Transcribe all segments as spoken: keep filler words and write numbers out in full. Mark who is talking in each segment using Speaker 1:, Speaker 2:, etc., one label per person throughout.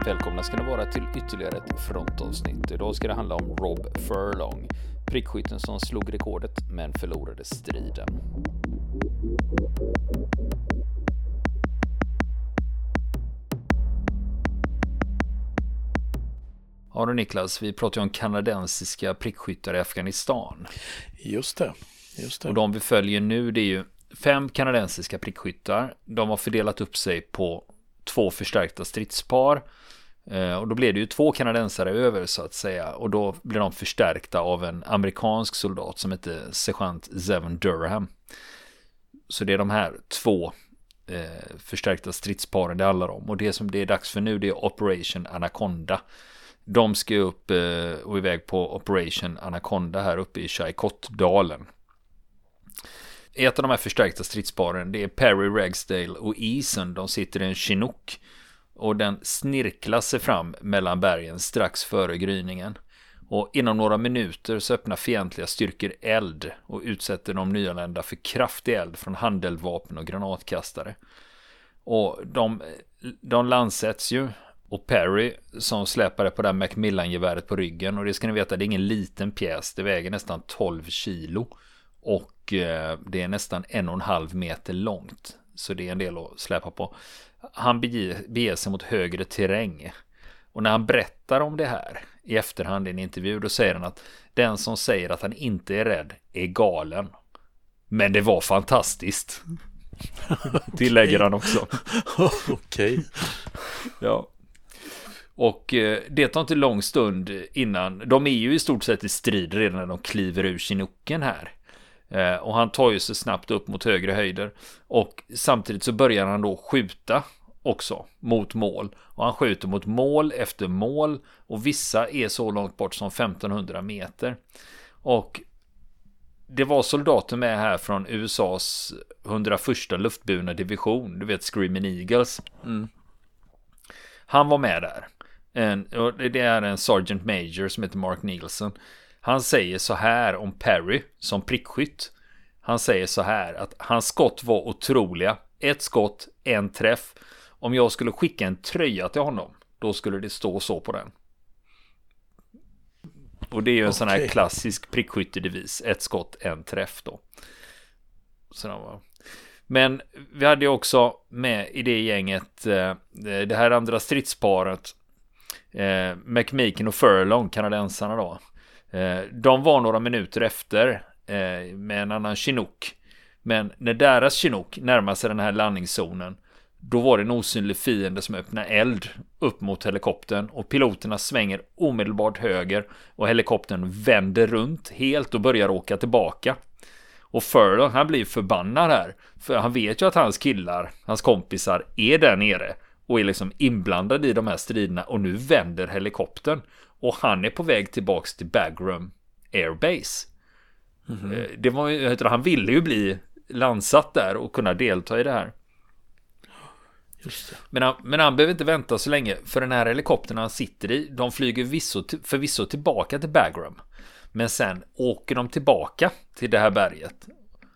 Speaker 1: Välkomna ska ni vara till ytterligare ett frontavsnitt. Idag ska det handla om Rob Furlong, prickskytten som slog rekordet men förlorade striden. Ja då Niklas, vi pratar ju om kanadensiska prickskyttar i Afghanistan.
Speaker 2: Just det, just det.
Speaker 1: Och de vi följer nu, det är ju fem kanadensiska prickskyttar. De har fördelat upp sig på två förstärkta stridspar. Och då blev det ju två kanadensare över så att säga. Och då blev de förstärkta av en amerikansk soldat som heter sergeant Zevon Durham. Så det är de här två eh, förstärkta stridsparen det handlar om. Och det som det är dags för nu, det är Operation Anaconda. De ska upp eh, och iväg på Operation Anaconda här uppe i Chilcotdalen. Ett av de här förstärkta stridsparen, det är Perry, Ragsdale och Eason. De sitter i en Chinook. Och den snirklar sig fram mellan bergen strax före gryningen. Och inom några minuter så öppnar fientliga styrkor eld och utsätter de nyanlända för kraftig eld från handeldvapen och granatkastare. Och de, de landsätts ju. Och Perry som släpade på det här Macmillan-geväret på ryggen. Och det ska ni veta, det är ingen liten pjäs. Det väger nästan tolv kilo. Och eh, det är nästan en och en halv meter långt. Så det är en del att släpa på. Han beger, beger sig mot högre terräng. Och när han berättar om det här i efterhand i en intervju, då säger han att den som säger att han inte är rädd är galen. Men det var fantastiskt. Tillägger han också.
Speaker 2: Okej. Okay.
Speaker 1: Ja. Och eh, det tar inte lång stund innan. De är ju i stort sett i strid redan när de kliver ur Chinooken här. Eh, och han tar ju sig snabbt upp mot högre höjder. Och samtidigt så börjar han då skjuta också mot mål. Och han skjuter mot mål efter mål. Och vissa är så långt bort som femtonhundra meter. Och det var soldater med här från U S A:s hundraförsta luftburna division. Du vet, Screaming Eagles.
Speaker 2: Mm.
Speaker 1: Han var med där. En, och det är en sergeant major som heter Mark Nielsen. Han säger så här om Perry som prickskytt. Han säger så här att hans skott var otroliga. Ett skott, en träff. Om jag skulle skicka en tröja till honom, då skulle det stå så på den. Och det är ju en okay. sån här klassisk prickskyttedevis. Ett skott, en träff då. Så var... Men vi hade ju också med i det gänget eh, det här andra stridsparet. Eh, McMeekin och Furlong, kanadensarna då. Eh, de var några minuter efter eh, med en annan Chinook. Men när deras Chinook närmade sig den här landningszonen, då var det en osynlig fiende som öppnade eld upp mot helikoptern. Och piloterna svänger omedelbart höger och helikoptern vänder runt helt och börjar åka tillbaka. Och Furlong, han blir förbannad här. För han vet ju att hans killar, hans kompisar, är där nere och är liksom inblandade i de här striderna. Och nu vänder helikoptern. Och han är på väg tillbaks till Bagram Airbase. Mm-hmm. Det var ju, han ville ju bli landsatt där och kunna delta i det här.
Speaker 2: Just det.
Speaker 1: Men, han, men han behöver inte vänta så länge. För den här helikoptern han sitter i, de flyger visso, förvisso tillbaka till Bagram. Men sen åker de tillbaka till det här berget.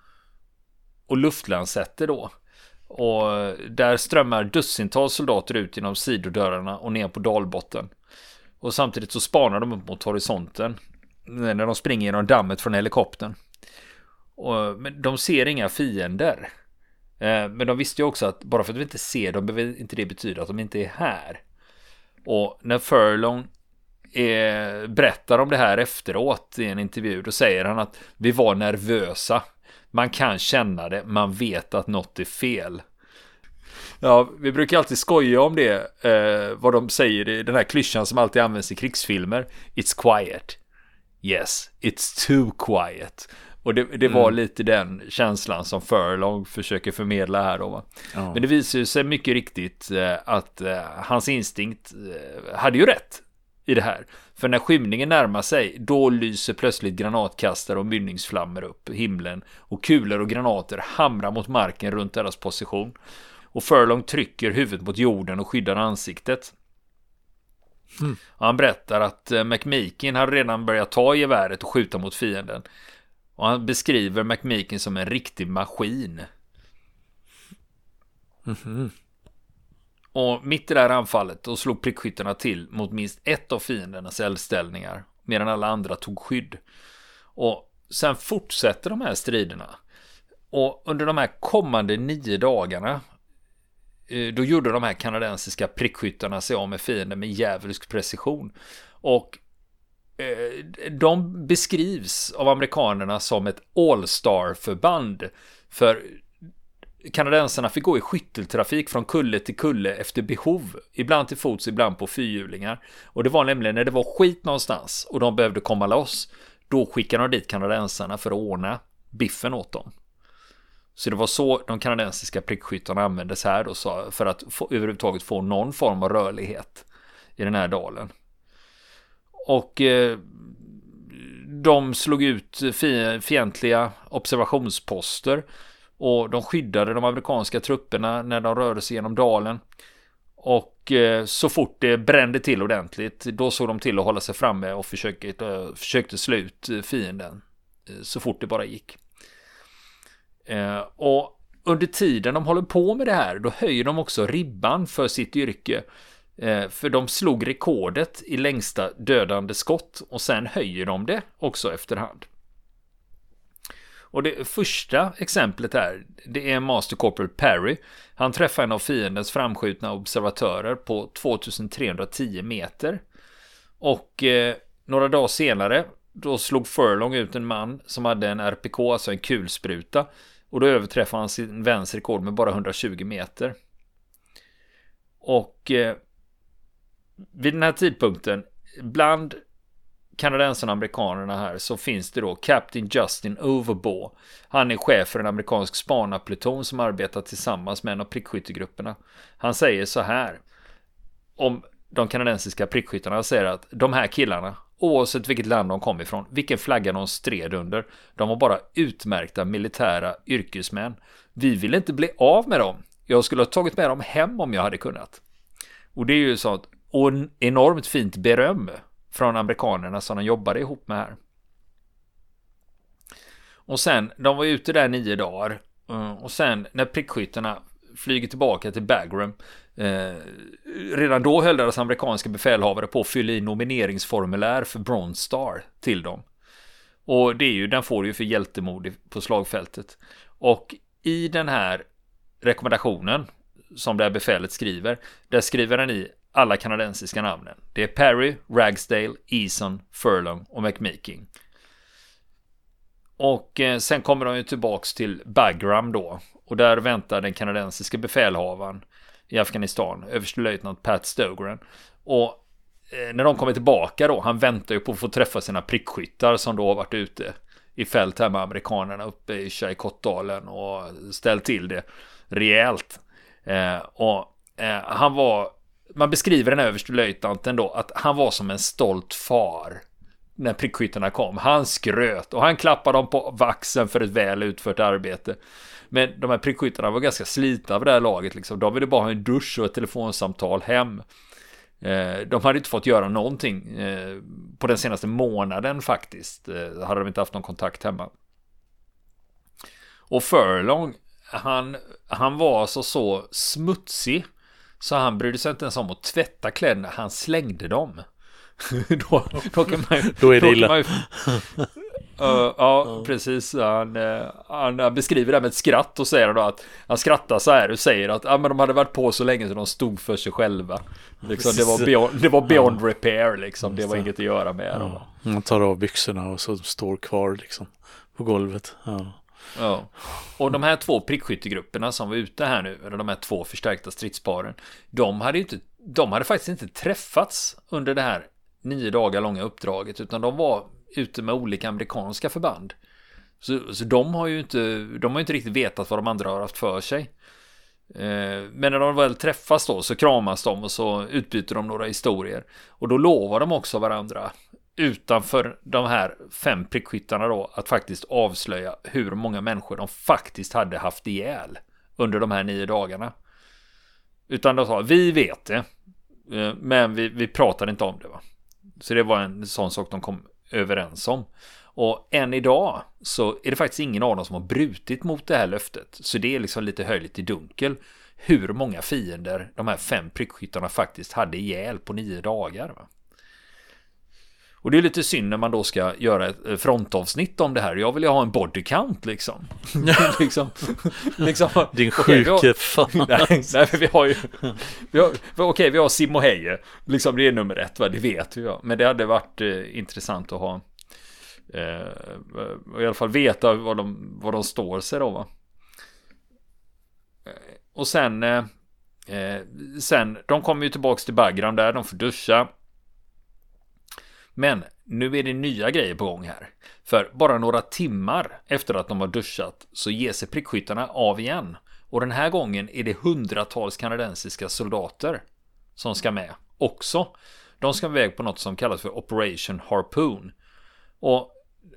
Speaker 1: Och luftlandsätter då. Och där strömmar dussintals soldater ut genom sidodörrarna och ner på dalbotten. Och samtidigt så spanar de upp mot horisonten när de springer genom dammet från helikoptern. Och, men de ser inga fiender. Eh, men de visste ju också att bara för att de inte ser dem behöver inte det betyda att de inte är här. Och när Furlong är, berättar om det här efteråt i en intervju, då säger han att vi var nervösa. Man kan känna det, man vet att något är fel. Ja, vi brukar alltid skoja om det, eh, vad de säger i den här klyschan som alltid används i krigsfilmer. It's quiet. Yes, it's too quiet. Och det, det var mm. lite den känslan som Furlong försöker förmedla här då, va? Ja. Men det visar ju sig mycket riktigt eh, att eh, hans instinkt eh, hade ju rätt i det här. För när skymningen närmar sig, då lyser plötsligt granatkastare och mynningsflammor upp i himlen. Och kulor och granater hamrar mot marken runt deras position. Och Furlong trycker huvudet mot jorden och skyddar ansiktet. Mm. Han berättar att McMeekin hade redan börjat ta geväret och skjuta mot fienden. Och han beskriver McMeekin som en riktig maskin.
Speaker 2: Mm-hmm.
Speaker 1: Och mitt i det här anfallet då slog prickskyttarna till mot minst ett av fiendernas eldställningar, medan alla andra tog skydd. Och sen fortsätter de här striderna. Och under de här kommande nio dagarna då gjorde de här kanadensiska prickskyttarna sig av med fienden med djävulsk precision. Och de beskrivs av amerikanerna som ett all-star-förband. För kanadensarna fick gå i skytteltrafik från kulle till kulle efter behov. Ibland till fots, ibland på fyrhjulingar. Och det var nämligen när det var skit någonstans och de behövde komma loss. Då skickade de dit kanadensarna för att ordna biffen åt dem. Så det var så de kanadensiska prickskyttarna användes här då, för att få, överhuvudtaget få någon form av rörlighet i den här dalen. Och eh, de slog ut fientliga observationsposter och de skyddade de amerikanska trupperna när de rörde sig genom dalen. Och eh, så fort det brände till ordentligt, då såg de till att hålla sig framme och försökte, eh, försökte slå ut fienden eh, så fort det bara gick. Eh, och under tiden de håller på med det här, då höjer de också ribban för sitt yrke. Eh, för de slog rekordet i längsta dödande skott och sen höjer de det också efterhand. Och det första exemplet här, det är Master Corporal Perry. Han träffar en av fiendens framskjutna observatörer på tvåtusentrehundratio meter. Och eh, några dagar senare, då slog Furlong ut en man som hade en R P K, alltså en kulspruta. Och då överträffade han sin väns rekord med bara hundratjugo meter. Och eh, vid den här tidpunkten, bland kanadensarna och amerikanerna här, så finns det då Captain Justin Overbaugh. Han är chef för en amerikansk spanarpluton som arbetar tillsammans med en av prickskyttegrupperna. Han säger så här om de kanadensiska prickskyttarna. Han säger att de här killarna, oavsett vilket land de kom ifrån, vilken flagga de stred under, de var bara utmärkta militära yrkesmän. Vi vill inte bli av med dem. Jag skulle ha tagit med dem hem om jag hade kunnat. Och det är ju sånt, och en enormt fint beröm från amerikanerna som de jobbade ihop med här. Och sen, de var ute där nio dagar. Och sen när prickskyttarna flyger tillbaka till Bagram, eh, redan då höll deras amerikanska befälhavare på att fylla i nomineringsformulär för Bronze Star till dem. Och det är ju, den får ju för hjältemod på slagfältet. Och i den här rekommendationen som det här befälet skriver, där skriver den i alla kanadensiska namnen. Det är Perry, Ragsdale, Eason, Furlong och McMeeking. Och eh, sen kommer de ju tillbaks till Bagram då. Och där väntar den kanadensiska befälhavaren i Afghanistan, överstelöjtnant Pat Stogren. Och eh, när de kommer tillbaka då, han väntar ju på att få träffa sina prickskyttar som då har varit ute i fält här med amerikanerna uppe i Tjejkottdalen och ställt till det rejält. Eh, och eh, han var, man beskriver den här överstelöjtnanten då, att han var som en stolt far när prickskyttarna kom. Han skröt och han klappade dem på vaxen för ett väl utfört arbete. Men de här prickskyttarna var ganska slitna av det här laget liksom. De ville bara ha en dusch och ett telefonsamtal hem. Eh, de hade inte fått göra någonting eh, på den senaste månaden faktiskt. Eh, hade de inte haft någon kontakt hemma. Och Furlong, han, han var alltså så smutsig så han brydde sig inte ens om att tvätta kläderna. Han slängde dem. då, då, kan man ju,
Speaker 2: då är det
Speaker 1: då
Speaker 2: illa.
Speaker 1: Man ju, uh, ja, precis. Han, uh, han beskriver det med ett skratt och säger då att han skrattar så här och säger att ah, men de hade varit på så länge så de stod för sig själva. Liksom, det var beyond, det var beyond repair liksom. Det var inget att göra med dem.
Speaker 2: Ja. Man tar av byxorna och så står kvar liksom på golvet. Ja.
Speaker 1: Ja. Och de här två prickskyttegrupperna som var ute här nu, eller de här två förstärkta stridsparen, de hade ju inte, de hade faktiskt inte träffats under det här nio dagar långa uppdraget, utan de var ute med olika amerikanska förband. Så, så de har ju inte, de har inte riktigt vetat vad de andra har haft för sig. Eh, men när de väl träffas då så kramas de och så utbyter de några historier. Och då lovar de också varandra utanför de här fem prickskyttarna då att faktiskt avslöja hur många människor de faktiskt hade haft ihjäl under de här nio dagarna. Utan de sa, vi vet det, men vi, vi pratar inte om det, va. Så det var en sån sak de kom överens om. Och än idag så är det faktiskt ingen av dem som har brutit mot det här löftet. Så det är liksom lite höjligt i dunkel hur många fiender de här fem prickskyttarna faktiskt hade ihjäl på nio dagar. Va? Och det är lite synd när man då ska göra ett frontavsnitt om det här. Jag vill ju ha en body count liksom. liksom, liksom
Speaker 2: Din sjuke
Speaker 1: okay,
Speaker 2: fan.
Speaker 1: Nej, nej, vi har ju vi har, Okej, okay, vi har Sim och Heje. Liksom det är nummer ett, va? Det vet vi. Ja. Men det hade varit eh, intressant att ha eh, i alla fall veta vad de, vad de står sig då, va? Och sen eh, sen, de kommer ju tillbaks till Bagram där, de får duscha. Men nu är det nya grejer på gång här. För bara några timmar efter att de har duschat så ger sig prickskyttarna av igen. Och den här gången är det hundratals kanadensiska soldater som ska med också. De ska iväg på något som kallas för Operation Harpoon. Och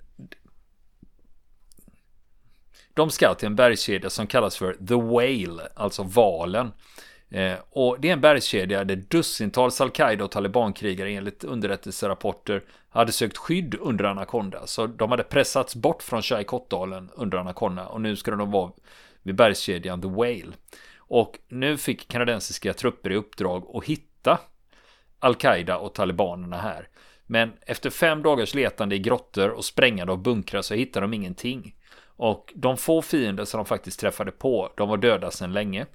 Speaker 1: de ska till en bergskedja som kallas för The Whale, alltså valen. Eh, och det är en bergskedja där dussintals Al-Qaida och talibankrigare enligt underrättelserapporter hade sökt skydd under Anaconda. Så de hade pressats bort från Chaikot-dalen under Anaconda och nu ska de vara vid bergskedjan The Whale. Och nu fick kanadensiska trupper i uppdrag att hitta Al-Qaida och talibanerna här. Men efter fem dagars letande i grottor och sprängande av bunkrar så hittar de ingenting. Och de få fiender som de faktiskt träffade på, de var döda sedan länge.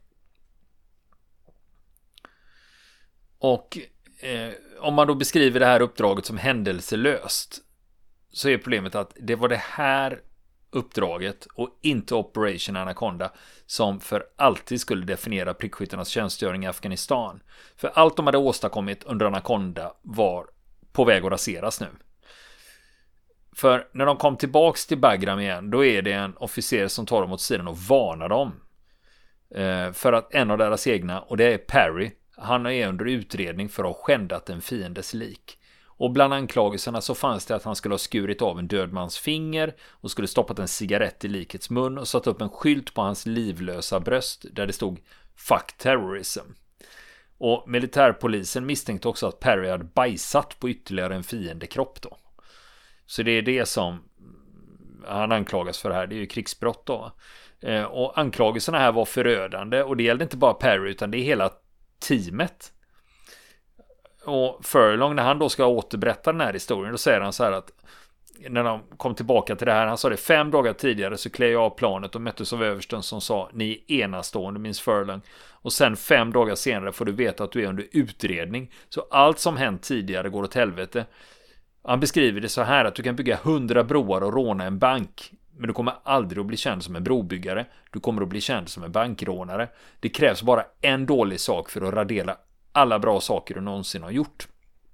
Speaker 1: Och eh, om man då beskriver det här uppdraget som händelselöst så är problemet att det var det här uppdraget och inte Operation Anaconda som för alltid skulle definiera prickskyttarnas tjänstgöring i Afghanistan. För allt de hade åstadkommit under Anaconda var på väg att raseras nu. För när de kom tillbaks till Bagram igen, då är det en officer som tar dem åt sidan och varnar dem. Eh, för att en av deras egna, och det är Perry, han är under utredning för att ha skändat en fiendes lik. Och bland anklagelserna så fanns det att han skulle ha skurit av en död mans finger och skulle stoppat en cigarett i likets mun och satt upp en skylt på hans livlösa bröst där det stod "Fuck terrorism". Och militärpolisen misstänkte också att Perry hade bajsat på ytterligare en fiendekropp då. Så det är det som han anklagas för här, det är ju krigsbrott då. Och anklagelserna här var förödande och det gällde inte bara Perry utan det är hela teamet. Och Furlong, när han då ska återberätta den här historien, då säger han så här att när de kom tillbaka till det här, han sa det fem dagar tidigare så klev jag av planet och möttes av översten som sa ni är enastående, minns Furlong. Och sen fem dagar senare får du veta att du är under utredning. Så allt som hänt tidigare går åt helvete. Han beskriver det så här att du kan bygga hundra broar och råna en bank. Men du kommer aldrig att bli känd som en brobyggare. Du kommer att bli känd som en bankrånare. Det krävs bara en dålig sak för att radera alla bra saker du någonsin har gjort.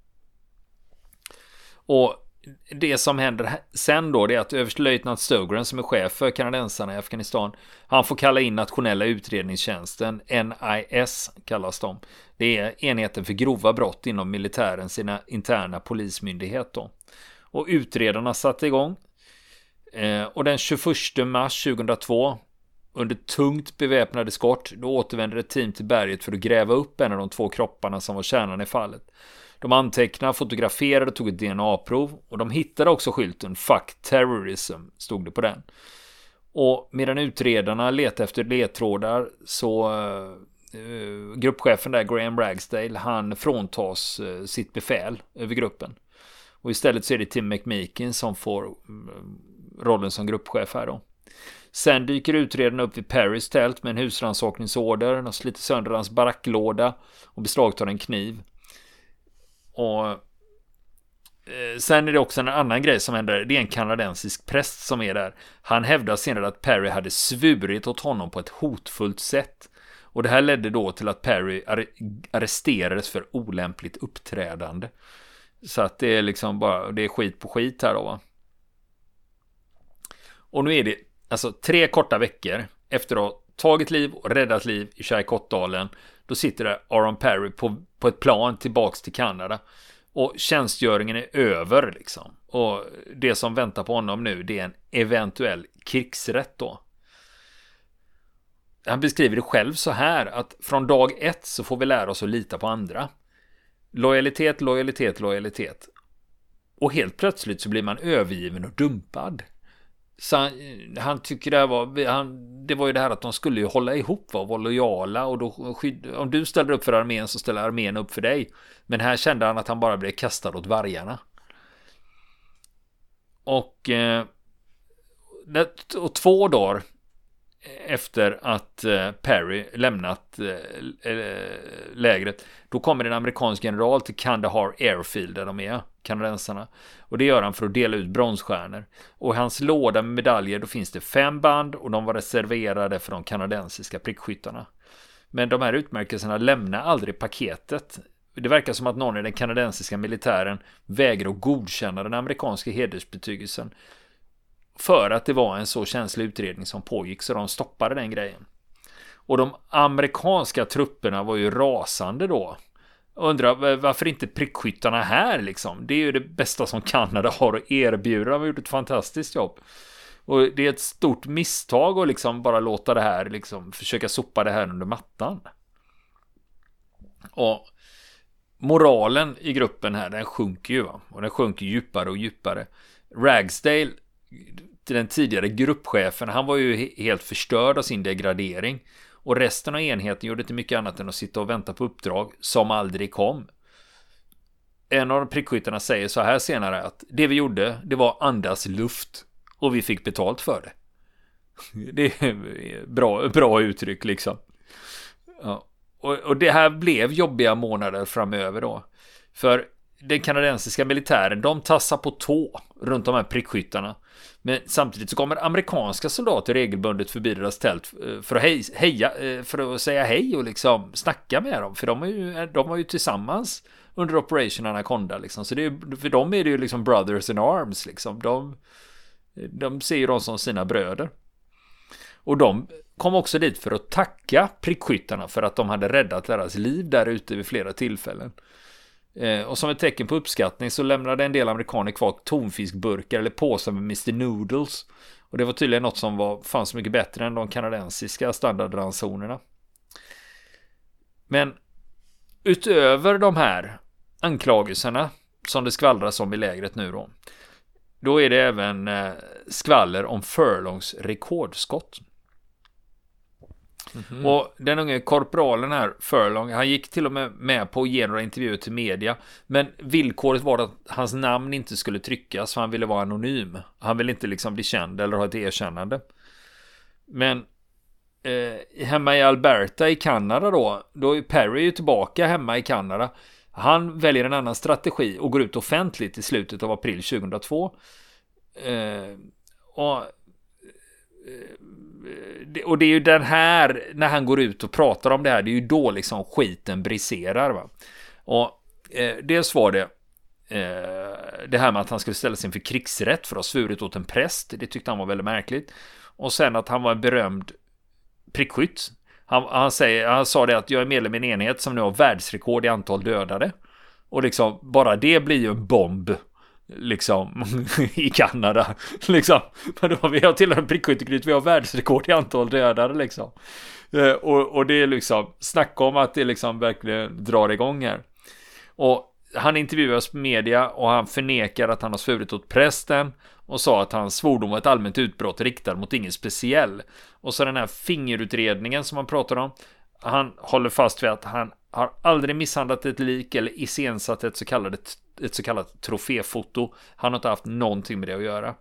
Speaker 1: Och det som händer sen då, det är att överstelöjtnant Stogren, som är chef för kanadensarna i Afghanistan, han får kalla in nationella utredningstjänsten, N I S kallas de. Det är enheten för grova brott inom militären, sina interna polismyndighet då. Och utredarna satte igång. Eh, och den tjugoförsta mars tjugohundratvå, under tungt beväpnade skott, då återvände ett team till berget för att gräva upp en av de två kropparna som var kärnan i fallet. De antecknade, fotograferade och tog ett D N A-prov. Och de hittade också skylten "Fuck terrorism" stod det på den. Och medan utredarna letade efter ledtrådar så uh, gruppchefen där, Graham Ragsdale, han fråntas uh, sitt befäl över gruppen. Och istället så är det Tim McMeekin som får uh, rollen som gruppchef här då. Sen dyker utredarna upp vid Perrys tält med en husrannsakningsorder. De sliter sönder hans baracklåda och beslagtar en kniv. Och eh, sen är det också en annan grej som händer. Det är en kanadensisk präst som är där. Han hävdar senare att Perry hade svurit åt honom på ett hotfullt sätt. Och det här ledde då till att Perry ar- arresterades för olämpligt uppträdande. Så att det är liksom bara, det är skit på skit här då, va? Och nu är det alltså tre korta veckor efter att ha tagit liv och räddat liv i Chaikot-dalen. Då sitter där Aaron Perry på, på ett plan tillbaks till Kanada. Och tjänstgöringen är över liksom. Och det som väntar på honom nu, det är en eventuell krigsrätt då. Han beskriver det själv så här att från dag ett så får vi lära oss att lita på andra. Lojalitet, lojalitet, lojalitet. Och helt plötsligt så blir man övergiven och dumpad. Så han, han tycker det här var han, det var ju det här att de skulle ju hålla ihop, va, vara lojala, och då skydd, om du ställer upp för armén så ställer armén upp för dig. Men här kände han att han bara blev kastad åt vargarna. Och, eh, och två dagar efter att eh, Perry lämnat eh, lägret, då kommer en amerikansk general till Kandahar Airfield där de är, kanadensarna. Och det gör han för att dela ut bronsstjärnor. Och i hans låda med medaljer då finns det fem band, och de var reserverade för de kanadensiska prickskyttarna. Men de här utmärkelserna lämnar aldrig paketet. Det verkar som att någon i den kanadensiska militären vägrar att godkänna den amerikanska hedersbetygelsen, för att det var en så känslig utredning som pågick, så de stoppade den grejen. Och de amerikanska trupperna var ju rasande då. Undrar varför inte prickskyttarna här liksom. Det är ju det bästa som Kanada har att erbjuda. De har gjort ett fantastiskt jobb. Och det är ett stort misstag att liksom bara låta det här liksom, försöka sopa det här under mattan. Och moralen i gruppen här, den sjunker ju, va? Och den sjunker djupare och djupare. Ragsdale, den tidigare gruppchefen, han var ju helt förstörd av sin degradering, och resten av enheten gjorde inte mycket annat än att sitta och vänta på uppdrag som aldrig kom. En av de prickskyttarna säger så här senare, att det vi gjorde, det var andas luft, och vi fick betalt för det. Det är bra, bra uttryck liksom. Ja. Och, och det här blev jobbiga månader framöver då, för den kanadensiska militären, de tassar på tå runt de här prickskyttarna. Men samtidigt så kommer amerikanska soldater regelbundet förbi deras tält för att, hej, heja, för att säga hej och liksom snacka med dem. För de är ju, de var ju tillsammans under Operation Anaconda liksom. Så det är, för dem är det ju liksom brothers in arms liksom. De, de ser ju dem som sina bröder. Och de kom också dit för att tacka prickskyttarna för att de hade räddat deras liv där ute vid flera tillfällen. Och som ett tecken på uppskattning så lämnade en del amerikaner kvar tonfiskburkar eller påsar med mister Noodles. Och det var tydligen något som var, fanns mycket bättre än de kanadensiska standardransonerna. Men utöver de här anklagelserna som det skvallras om i lägret nu då, då är det även skvaller om Furlongs rekordskott. Mm-hmm. Och den unge korporalen här, Furlong, han gick till och med med på att ge några intervjuer till media, men villkoret var att hans namn inte skulle tryckas, för han ville vara anonym. Han ville inte liksom bli känd eller ha ett erkännande. Men eh, hemma i Alberta i Kanada då, då är Perry ju tillbaka hemma i Kanada. Han väljer en annan strategi och går ut offentligt i slutet av april tjugohundratvå. Eh, och Och det är ju den här, när han går ut och pratar om det här, det är ju då liksom skiten briserar, va? Och eh, dels var det eh, det här med att han skulle ställa sig inför krigsrätt för att ha svurit åt en präst. Det tyckte han var väldigt märkligt. Och sen att han var en berömd prickskytt. Han, han, säger, han sa det att jag är medlem i en enhet som nu har världsrekord i antal dödade. Och liksom, bara det blir ju en bomb liksom i Kanada liksom. Men då, vi har till och med prickskyttekryt, vi har världsrekord i antal dödade liksom. eh, och, och det är liksom snacka om att det liksom verkligen drar igång här. Och han intervjuas på media och han förnekar att han har svurit åt prästen och sa att hans svordom var ett allmänt utbrott riktad mot ingen speciell. Och så den här fingerutredningen som han pratar om, han håller fast vid att han har aldrig misshandlat ett lik eller iscensatt ett så kallat, ett så kallat troféfoto. Han har inte haft någonting med det att göra.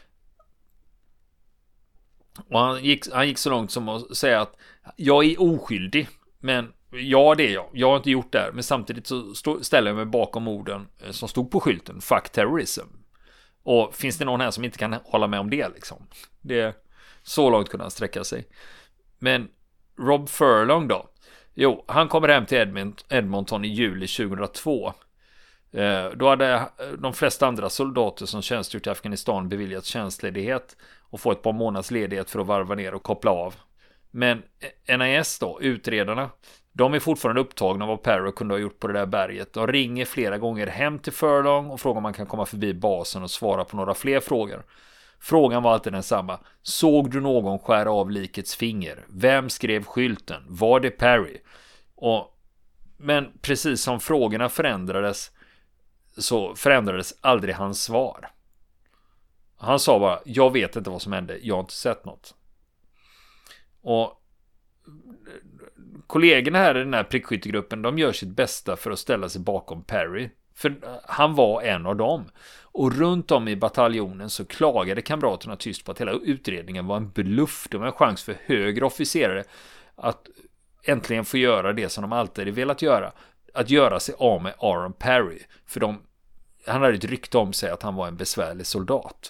Speaker 1: Och han gick, han gick så långt som att säga att jag är oskyldig, men ja, det är jag. Jag har inte gjort det här. Men samtidigt så stå, ställer jag mig bakom orden som stod på skylten, fuck terrorism. Och finns det någon här som inte kan hålla med om det liksom? Det, så långt kunde han sträcka sig. Men Rob Furlong då? Jo, han kommer hem till Edmont, Edmonton i juli tjugohundratvå. Eh, då hade de flesta andra soldater som tjänstgjort i Afghanistan beviljat tjänstledighet och få ett par månaders ledighet för att varva ner och koppla av. Men N I S då, utredarna, de är fortfarande upptagna av vad Perry kunde ha gjort på det där berget. De ringer flera gånger hem till Furlong och frågar om man kan komma förbi basen och svara på några fler frågor. Frågan var alltid densamma. Såg du någon skära av likets finger? Vem skrev skylten? Var det Perry? Och, men precis som frågorna förändrades så förändrades aldrig hans svar. Han sa bara, jag vet inte vad som hände, jag har inte sett något. Och kollegorna här i den här prickskyttegruppen, de gör sitt bästa för att ställa sig bakom Perry. För han var en av dem. Och runt om i bataljonen så klagade kamraterna tyst på att hela utredningen var en bluff. Det var en chans för högre officerare att äntligen få göra det som de alltid velat göra. Att göra sig av med Aaron Perry. För de, han hade ett rykte om sig att han var en besvärlig soldat.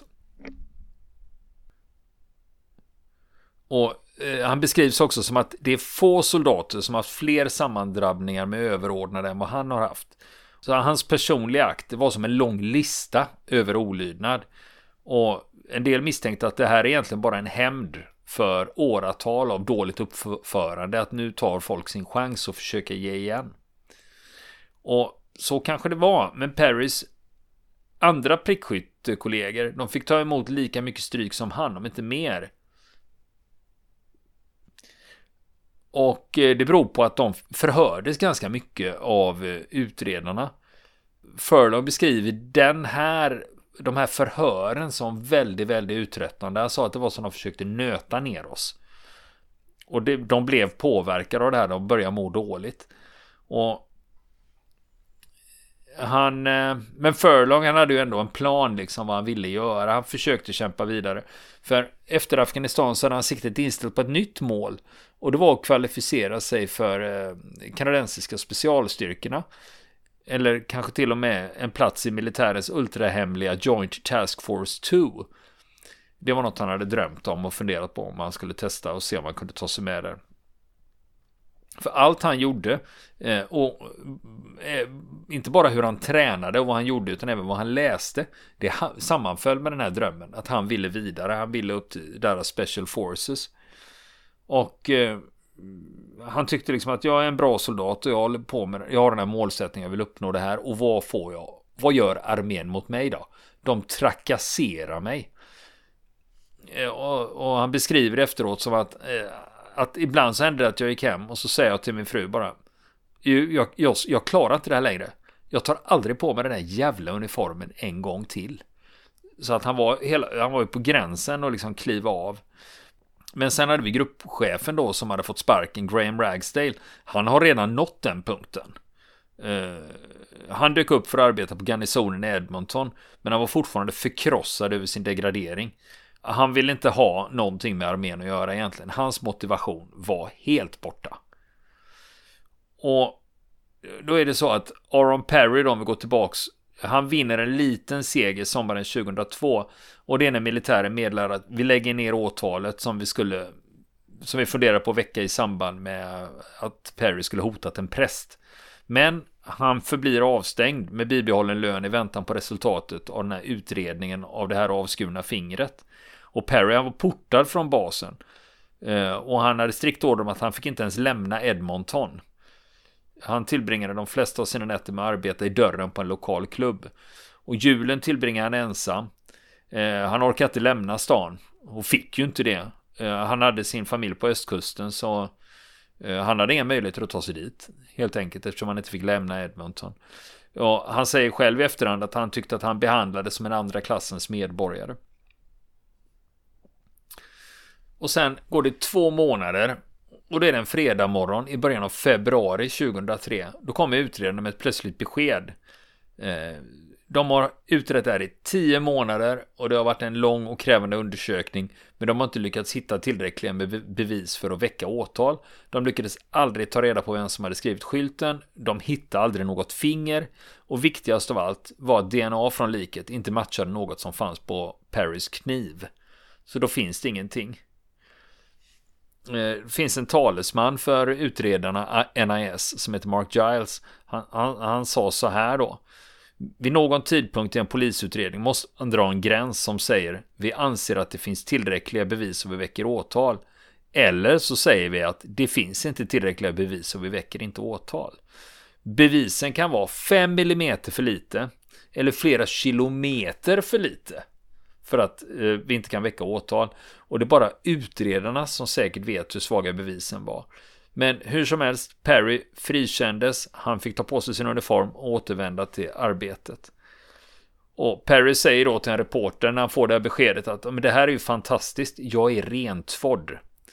Speaker 1: Och eh, han beskrivs också som att det är få soldater som har haft fler sammandrabbningar med överordnade än vad han har haft. Så hans personliga akt, det var som en lång lista över olydnad. Och en del misstänkte att det här är egentligen bara en hämnd för åratal av dåligt uppförande. Att nu tar folk sin chans och försöker ge igen. Och så kanske det var. Men Perrys andra prickskyttekollegor, de fick ta emot lika mycket stryk som han, om inte mer. Och det beror på att de förhördes ganska mycket av utredarna. Furlong beskriver den här, de här förhören som väldigt, väldigt uttröttande. Han sa att det var som de försökte nöta ner oss. Och det, de blev påverkade av det här. De började må dåligt. Och han, men Furlong, han hade ju ändå en plan liksom vad han ville göra. Han försökte kämpa vidare. För efter Afghanistan så hade han siktet inställt på ett nytt mål. Och det var att kvalificera sig för eh, kanadensiska specialstyrkorna. Eller kanske till och med en plats i militärens ultrahemliga Joint Task Force två. Det var något han hade drömt om och funderat på om han skulle testa och se om han kunde ta sig med där. För allt han gjorde, eh, och eh, inte bara hur han tränade och vad han gjorde, utan även vad han läste, det sammanföll med den här drömmen. Att han ville vidare, han ville upp till deras Special Forces. Och eh, han tyckte liksom att jag är en bra soldat och jag håller på med, jag har den här målsättningen, jag vill uppnå det här. Och vad får jag? Vad gör armén mot mig då? De trakasserar mig. Eh, och, och han beskriver efteråt som att eh, att ibland så hände det att jag gick hem och så säger jag till min fru bara, jag, jag, jag klarar inte det här längre. Jag tar aldrig på mig den här jävla uniformen en gång till. Så att han var, hela, han var ju på gränsen och liksom kliva av. Men sen hade vi gruppchefen då som hade fått sparken, Graham Ragsdale. Han har redan nått den punkten. Uh, han dök upp för att arbeta på garnisonen i Edmonton, men han var fortfarande förkrossad över sin degradering. Han ville inte ha någonting med armén att göra egentligen. Hans motivation var helt borta. Och då är det så att Aaron Perry, då, om vi går tillbaks, han vinner en liten seger sommaren tjugohundratvå. Och det är när militären meddelar att vi lägger ner åtalet som vi skulle, som vi funderar på att väcka i samband med att Perry skulle hotat en präst. Men han förblir avstängd med bibehållen lön i väntan på resultatet av den här utredningen av det här avskurna fingret. Och Perry, han var portad från basen. Eh, och han hade strikt order om att han fick inte ens lämna Edmonton. Han tillbringade de flesta av sina nätter med att arbeta i dörren på en lokal klubb. Och julen tillbringade han ensam. Eh, han orkade inte lämna stan. Och fick ju inte det. Eh, han hade sin familj på östkusten, så eh, han hade ingen möjlighet att ta sig dit. Helt enkelt eftersom han inte fick lämna Edmonton. Och han säger själv i efterhand att han tyckte att han behandlades som en andra klassens medborgare. Och sen går det två månader och det är en fredag morgon i början av februari tjugohundratre. Då kommer utredarna med ett plötsligt besked. Eh, de har utrett det här i tio månader och det har varit en lång och krävande undersökning, men de har inte lyckats hitta tillräckliga bevis för att väcka åtal. De lyckades aldrig ta reda på vem som hade skrivit skylten. De hittade aldrig något finger, och viktigast av allt var att D N A från liket inte matchade något som fanns på Perrys kniv. Så då finns det ingenting. Det finns en talesman för utredarna N I S som heter Mark Giles. Han, han, han sa så här då: vid någon tidpunkt i en polisutredning måste man dra en gräns som säger vi anser att det finns tillräckliga bevis och vi väcker åtal. Eller så säger vi att det finns inte tillräckliga bevis och vi väcker inte åtal. Bevisen kan vara fem millimeter för lite eller flera kilometer för lite för att eh, vi inte kan väcka åtal. Och det är bara utredarna som säkert vet hur svaga bevisen var. Men hur som helst, Perry frikändes. Han fick ta på sig sin uniform och återvända till arbetet. Och Perry säger då till en reporter när han får det här beskedet att men det här är ju fantastiskt, jag är rentvådd.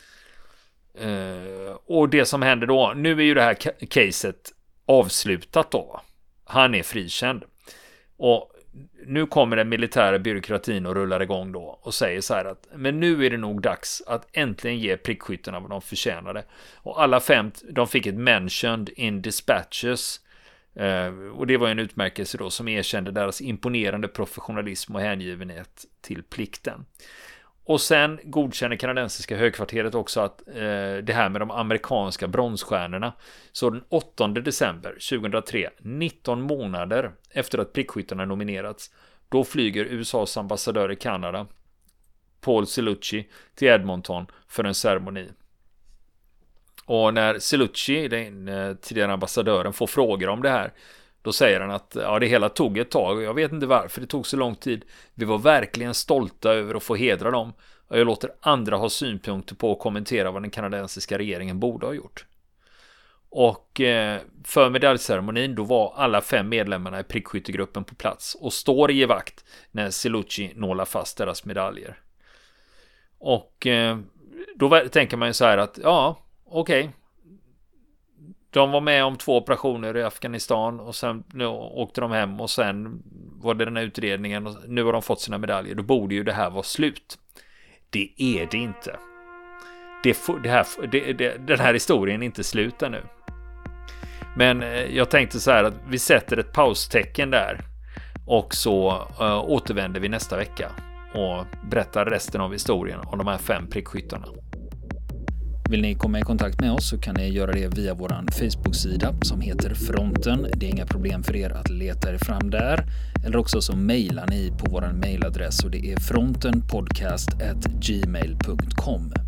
Speaker 1: Uh, och det som händer då, nu är ju det här ca- caset avslutat då. Han är frikänd. Och nu kommer den militära byråkratin och rullar igång då och säger så här att men nu är det nog dags att äntligen ge prickskyttarna vad de förtjänade. Och alla fem, de fick ett mentioned in dispatches. Uh, och det var en utmärkelse då som erkände deras imponerande professionalism och hängivenhet till plikten. Och sen godkänner kanadensiska högkvarteret också att uh, det här med de amerikanska bronsstjärnorna. Så den åttonde december tjugohundratre, nitton månader efter att prickskyttarna nominerats, då flyger U S A:s ambassadör i Kanada, Paul Cellucci, till Edmonton för en ceremoni. Och när Cellucci, den tidigare ambassadören, får frågor om det här, då säger han att ja, det hela tog ett tag och jag vet inte varför det tog så lång tid. Vi var verkligen stolta över att få hedra dem och jag låter andra ha synpunkter på och kommentera vad den kanadensiska regeringen borde ha gjort. Och eh, för medaljceremonin då var alla fem medlemmarna i prickskyttegruppen på plats och står i vakt när Cellucci nålar fast deras medaljer. Och eh, då tänker man ju så här att ja, okej. Okay. De var med om två operationer i Afghanistan och sen nu åkte de hem och sen var det den här utredningen och nu har de fått sina medaljer. Då borde ju det här vara slut. Det är det inte. Det, det här, det, det, den här historien är inte slut nu. Men jag tänkte så här att vi sätter ett paustecken där och så uh, återvänder vi nästa vecka och berättar resten av historien om de här fem prickskyttarna.
Speaker 3: Vill ni komma i kontakt med oss så kan ni göra det via vår Facebook-sida som heter Fronten. Det är inga problem för er att leta er fram där. Eller också så mejlar ni på vår mejladress och det är frontenpodcast at gmail punkt com.